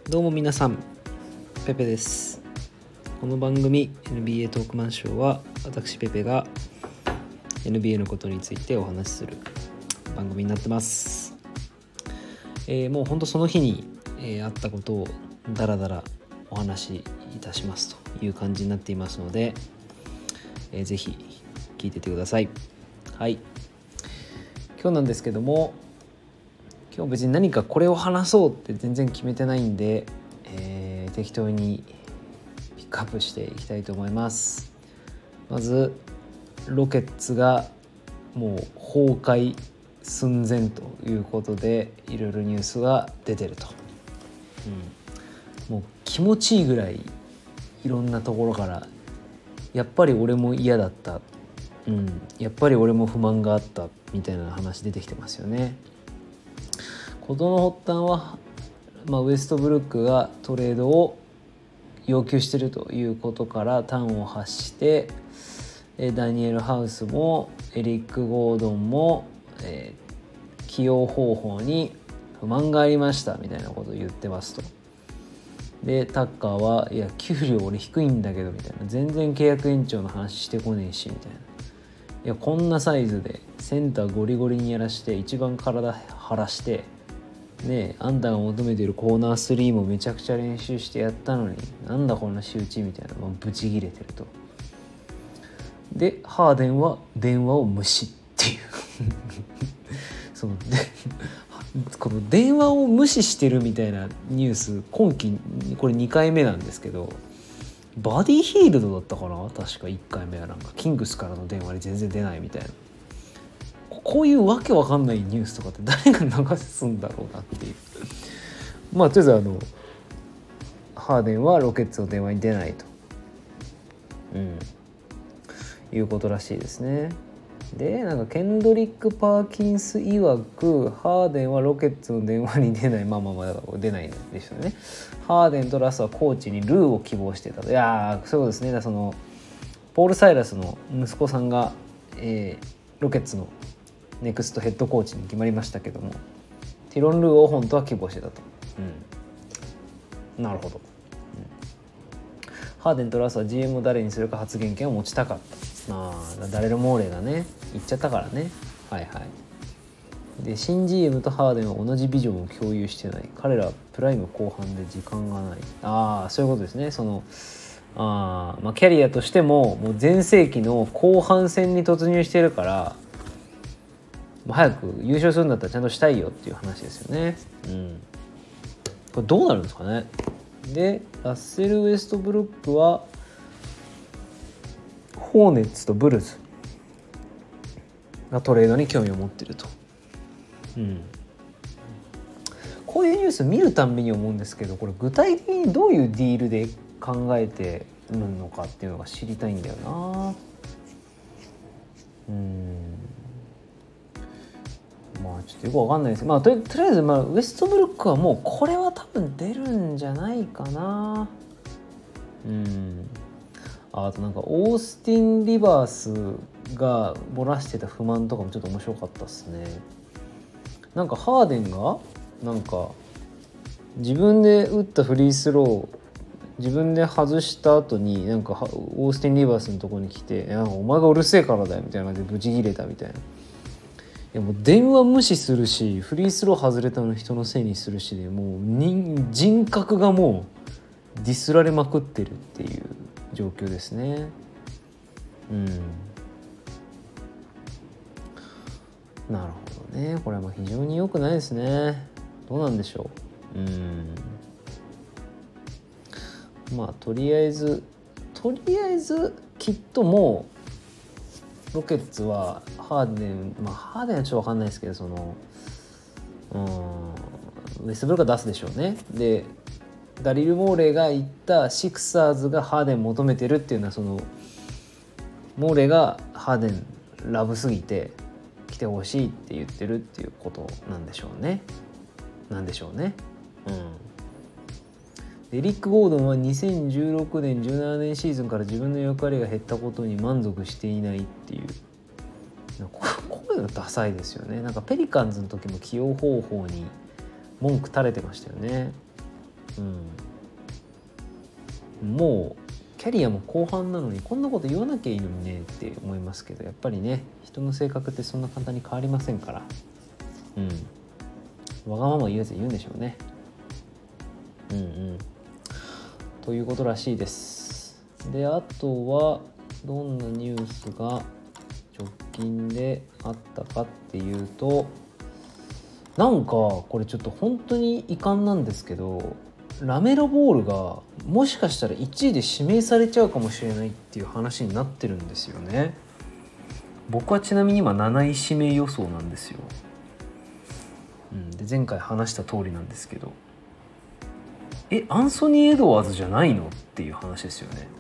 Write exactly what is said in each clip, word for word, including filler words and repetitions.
どうも皆さん、ペペです。この番組 エヌビーエー トークマンショーは私ペペが エヌビーエー のことについてお話しする番組になってます。えー、もう本当その日に、えー、あったことをダラダラお話しいたしますという感じになっていますので、えー、ぜひ聞いててください。はい。今日なんですけども、今日別に何かこれを話そうって全然決めてないんで、えー、適当にピックアップしていきたいと思います。まずロケッツがもう崩壊寸前ということでいろいろニュースが出てると、うん、もう気持ちいいぐらいいろんなところからやっぱり俺も嫌だった、うん、やっぱり俺も不満があったみたいな話出てきてますよね。事の発端は、まあ、ウエストブルックがトレードを要求しているということから端を発して、ダニエル・ハウスもエリック・ゴードンも、えー、起用方法に不満がありましたみたいなことを言ってますと。でタッカーはいや給料俺低いんだけどみたいな、全然契約延長の話してこねえしみたいな、いやこんなサイズでセンターゴリゴリにやらして一番体張らしてねえ、あんたが求めているコーナースリーもめちゃくちゃ練習してやったのになんだこんな仕打ちみたいな、まあ、ブチギレてると。でハーデンは電話を無視っていうそのでこの電話を無視してるみたいなニュース今季これにかいめなんですけど、バディヒールドだったかな、確かいっかいめはなんかキングスからの電話に全然出ないみたいな、こういうわけわかんないニュースとかって誰が流すんだろうなっていうまあとりあえずあのハーデンはロケッツの電話に出ないと、うん、いうことらしいですね。でなんかケンドリック・パーキンス曰くハーデンはロケッツの電話に出ない、まあまあまあだから出ないんでしょうね。ハーデンとラスはコーチにルーを希望してたと。いやそうですね。だそのポール・サイラスの息子さんが、えー、ロケッツのネクストヘッドコーチに決まりましたけども、ティロン・ルーを本当は希望してたと、うん、なるほど、うん、ハーデンとラスは ジーエム を誰にするか発言権を持ちたかった。ああダレル・モーレーがね言っちゃったからね。はいはいで新 ジーエム とハーデンは同じビジョンを共有してない、彼らはプライム後半で時間がない。ああそういうことですね。そのあ、まあ、キャリアとしてももう全盛期の後半戦に突入してるから早く優勝するんだったらちゃんとしたいよっていう話ですよね。うん、これどうなるんですかね。でラッセル・ウエストブルックはホーネッツとブルズがトレードに興味を持っていると、うん、こういうニュース見るたんびに思うんですけど、これ具体的にどういうディールで考えてるのかっていうのが知りたいんだよな。うんまあちょっとよくわかんないです。まあとり、とりあえず、まあ、ウエストブルックはもうこれは多分出るんじゃないかな。うんあとなんかオースティン・リバースが漏らしてた不満とかもちょっと面白かったですね。なんかハーデンがなんか自分で打ったフリースロー自分で外した後になんかオースティン・リバースのとこに来てなんかお前がうるせえからだよみたいな感じでブチギレたみたいな。いやもう電話無視するしフリースロー外れたの人のせいにするしで、もう人人格がもうディスられまくってるっていう状況ですね。うんなるほどね。これはまあ非常に良くないですね。どうなんでしょう。うんまあとりあえずとりあえずきっともうロケッツはハーデンまあハーデンはちょっと分かんないですけど、そのうんウェストブルックは出すでしょうね。でダリル・モーレーが言ったシクサーズがハーデン求めてるっていうのは、そのモーレーがハーデンラブすぎて来てほしいって言ってるっていうことなんでしょうね。なんでしょうね。うん。エリック・ゴードンはにせんじゅうろくねんじゅうななねんシーズンから自分の役割が減ったことに満足していないっていう、こういうのダサいですよね。なんかペリカンズの時も起用方法に文句垂れてましたよね。 うん、もうキャリアも後半なのにこんなこと言わなきゃいいのにねって思いますけど、やっぱりね人の性格ってそんな簡単に変わりませんから、うん、わがまま言うやつ言うんでしょうね。うんうんということらしいです。であとはどんなニュースが直近であったかっていうと、なんかこれちょっと本当に遺憾なんですけど、ラメロボールがもしかしたらいちいで指名されちゃうかもしれないっていう話になってるんですよね。僕はちなみに今なない指名予想なんですよ、うん、で前回話した通りなんですけど、えアンソニー・エドワーズじゃないのっていう話ですよね。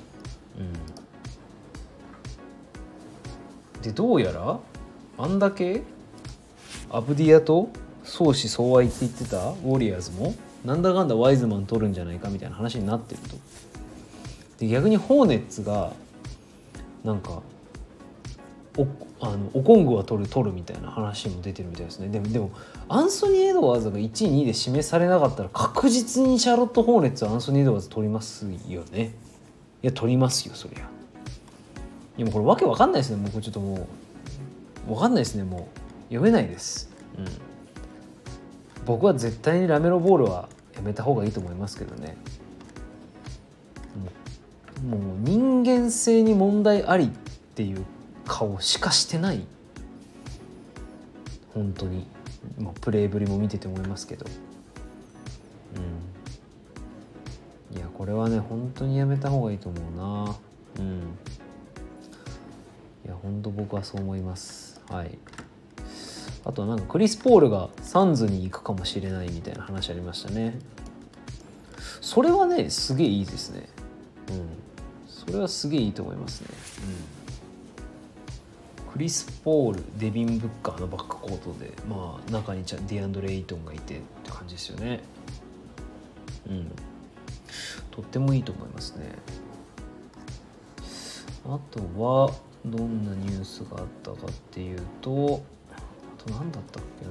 うん、でどうやらあんだけアブディアと相思相愛って言ってたウォリアーズもなんだかんだワイズマン取るんじゃないかみたいな話になってると。で逆にホーネッツがなんかおあのオコングは取る取るみたいな話も出てるみたいですね。でもでもアンソニー・エドワーズがいちいにいで指名されなかったら確実にシャーロット・ホーネッツはアンソニー・エドワーズ取りますよね。いや取りますよそりゃ。いやもうこれわけわかんないですね。僕ちょっともうわかんないですね。もう読めないです、うん、僕は絶対にラメロボールはやめた方がいいと思いますけどね。もう、もう人間性に問題ありっていう顔しかしてない、本当に、まあ、プレーぶりも見てて思いますけど、うん、いやこれはね本当にやめた方がいいと思うな。うん、いや本当僕はそう思います。はい。あとなんかクリス・ポールがサンズに行くかもしれないみたいな話ありましたね。それはねすげえいいですね。うん、それはすげえいいと思いますね。うん、クリス・ポール、デビン・ブッカーのバックコートで、まあ中にディアンドレ・エイトンがいてって感じですよね。うん、とってもいいと思いますね。あとはどんなニュースがあったかっていうと、あと何だったっけ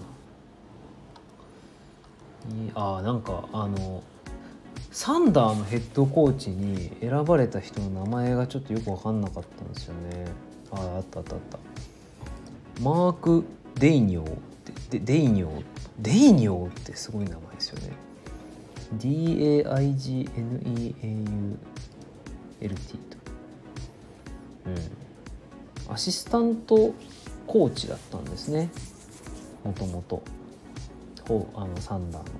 なあ。あなんかあのサンダーのヘッドコーチに選ばれた人の名前がちょっとよく分かんなかったんですよね。ああったあったあったマーク・デイニョーってデイニョーデイニョーってすごい名前ですよね。 ディーエーアイジーエヌイーエーユーエルティー と、うん、アシスタントコーチだったんですね、もともとあのサンダーの、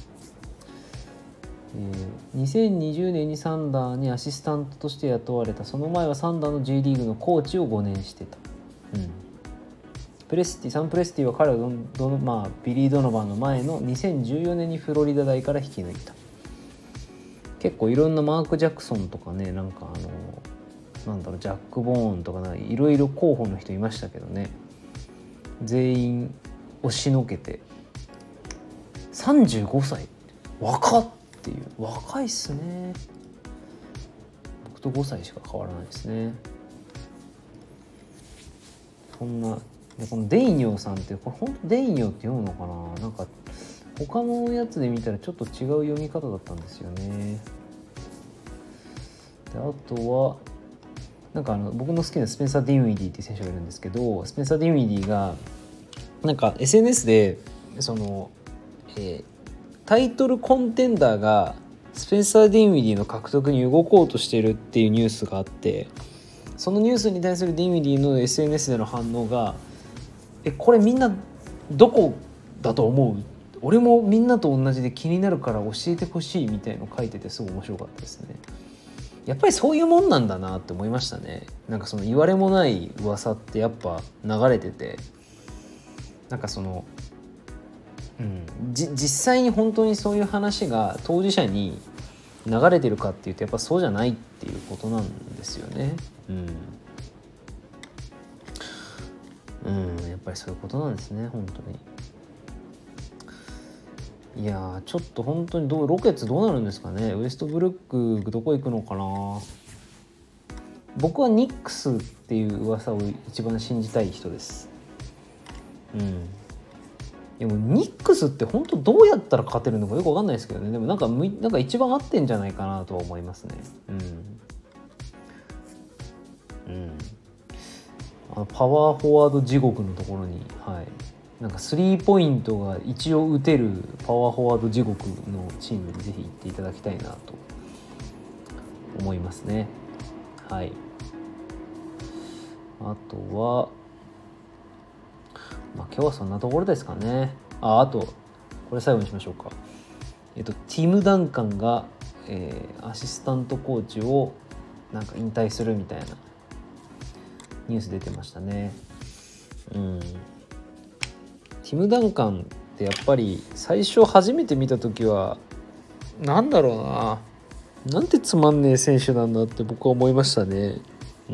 えー、にせんにじゅうねんにサンダーにアシスタントとして雇われた。その前はサンダーの J リーグのコーチをごねんしてた、うん、プレスティサンプレスティは彼をどんどん、まあ、ビリー・ドノバンの前のにせんじゅうよねんにフロリダ大から引き抜いた。結構いろんなマーク・ジャクソンとかね、なんかあのなんだろうジャック・ボーンとかいろいろ候補の人いましたけどね、全員押しのけてさんじゅうごさい若っっていう、若いっすね。僕とごさいしか変わらないですね。そんなでこのデイニョーさんってこれ本当デイニョーって読むのかな。なんか他のやつで見たらちょっと違う読み方だったんですよね。であとはなんかあの僕の好きなスペンサー・ディンウィディっていう選手がいるんですけど、スペンサー・ディンウィディがなんか エスエヌエス でその、えー、タイトルコンテンダーがスペンサー・ディンウィディの獲得に動こうとしてるっていうニュースがあって、そのニュースに対するディンウィディの エスエヌエス での反応がえこれみんなどこだと思う、俺もみんなと同じで気になるから教えてほしいみたいの書いててすごい面白かったですね。やっぱりそういうもんなんだなって思いましたね。なんかその言われもない噂ってやっぱ流れてて、なんかその、うん、じ実際に本当にそういう話が当事者に流れてるかっていうとやっぱそうじゃないっていうことなんですよね。うん、うん、やっぱりそういうことなんですね本当に。いやちょっと本当にどうロケッツどうなるんですかね。ウエストブルックどこ行くのかな。僕はニックスっていう噂を一番信じたい人です。うん。 でもニックスって本当どうやったら勝てるのかよく分かんないですけどね。でもなんかむなんか一番合ってんじゃないかなとは思いますね。うん、うん、あのパワーフォワード地獄のところに、はい、なんかスリーポイントが一応打てるパワーフォワード地獄のチームにぜひ行っていただきたいなと思いますね。はい。あとは、まあ、今日はそんなところですかね。あ、あとこれ最後にしましょうか。えっとティム・ダンカンが、えー、アシスタントコーチをなんか引退するみたいなニュース出てましたね。うん。ティム・ダンカンってやっぱり最初初めて見た時はなんだろうな、なんてつまんねえ選手なんだって僕は思いましたね。うん。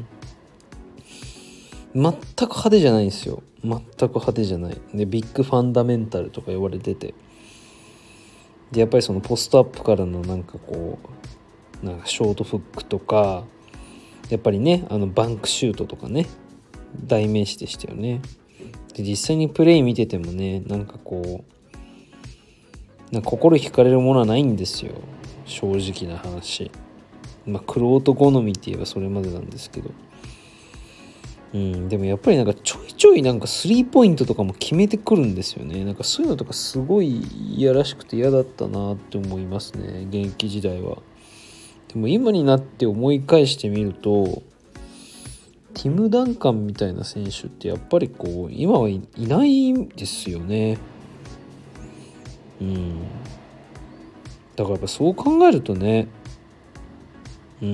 全く派手じゃないんですよ。全く派手じゃない。で、ビッグファンダメンタルとか呼ばれてて。で、やっぱりそのポストアップからのなんかこう、なんかショートフックとか、やっぱりね、あのバンクシュートとかね、代名詞でしたよね。で、実際にプレイ見ててもね、なんかこう、なんか心惹かれるものはないんですよ。正直な話。まあ、玄人好みって言えばそれまでなんですけど。うん、でもやっぱりなんかちょいちょいなんかスリーポイントとかも決めてくるんですよね。なんかそういうのとかすごいいやらしくて嫌だったなって思いますね、現役時代は。でも今になって思い返してみると、ティム・ダンカンみたいな選手ってやっぱりこう今はい、いないんですよね。うん。だからやっぱそう考えるとね、うん、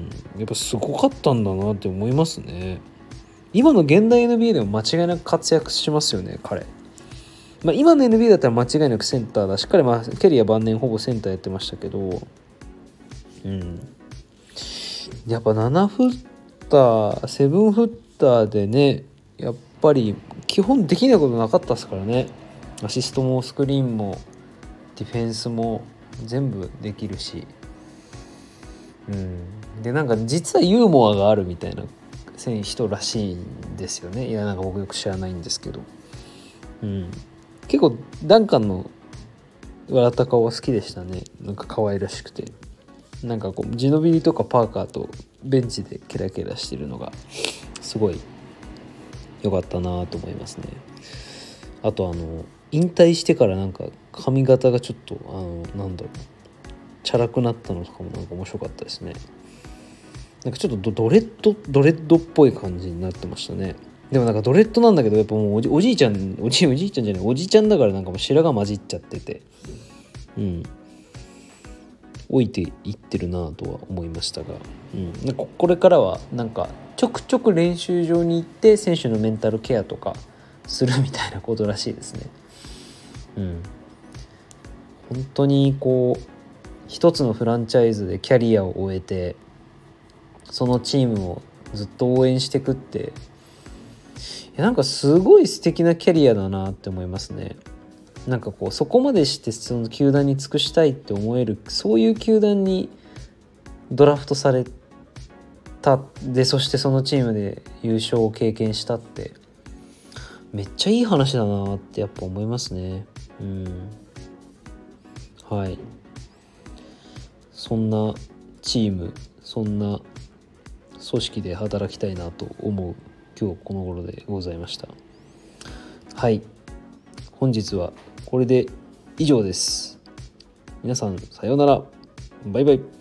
やっぱすごかったんだなって思いますね。今の現代 エヌビーエー でも間違いなく活躍しますよね、彼。まあ、今の エヌビーエー だったら間違いなくセンターだし、彼、まあ、キャリア晩年ほぼセンターやってましたけど、うん。やっぱななフッター、セブンフッターでね、やっぱり基本できないことなかったですからね。アシストもスクリーンもディフェンスも全部できるし、うん。で、なんか実はユーモアがあるみたいな人らしいんですよね。いや、なんか僕よく知らないんですけど、うん、結構ダンカンの笑った顔は好きでしたね。なんか可愛らしくて、なんかこうジノビリとかパーカーとベンチでケラケラしてるのがすごい良かったなと思いますね。あとあの引退してからなんか髪型がちょっとあのなんだろうチャラくなったのとかもなんか面白かったですね。なんかちょっとドレッドドレッドっぽい感じになってましたね。でもなんかドレッドなんだけどやっぱもうおじ、おじいちゃんおじおじいちゃんじゃないおじちゃんだからなんかもう白髪混じっちゃってて、うん置いていってるなとは思いましたが、うん、でここれからはなんかちょくちょく練習場に行って選手のメンタルケアとかするみたいなことらしいですね。うん、本当にこう一つのフランチャイズでキャリアを終えてそのチームをずっと応援してくって、いやなんかすごい素敵なキャリアだなって思いますね。なんかこうそこまでしてその球団に尽くしたいって思える、そういう球団にドラフトされたで、そしてそのチームで優勝を経験したってめっちゃいい話だなってやっぱ思いますね。うん、はい。そんなチーム、そんな組織で働きたいなと思う今日この頃でございました。はい、本日はこれで以上です。皆さんさようなら、バイバイ。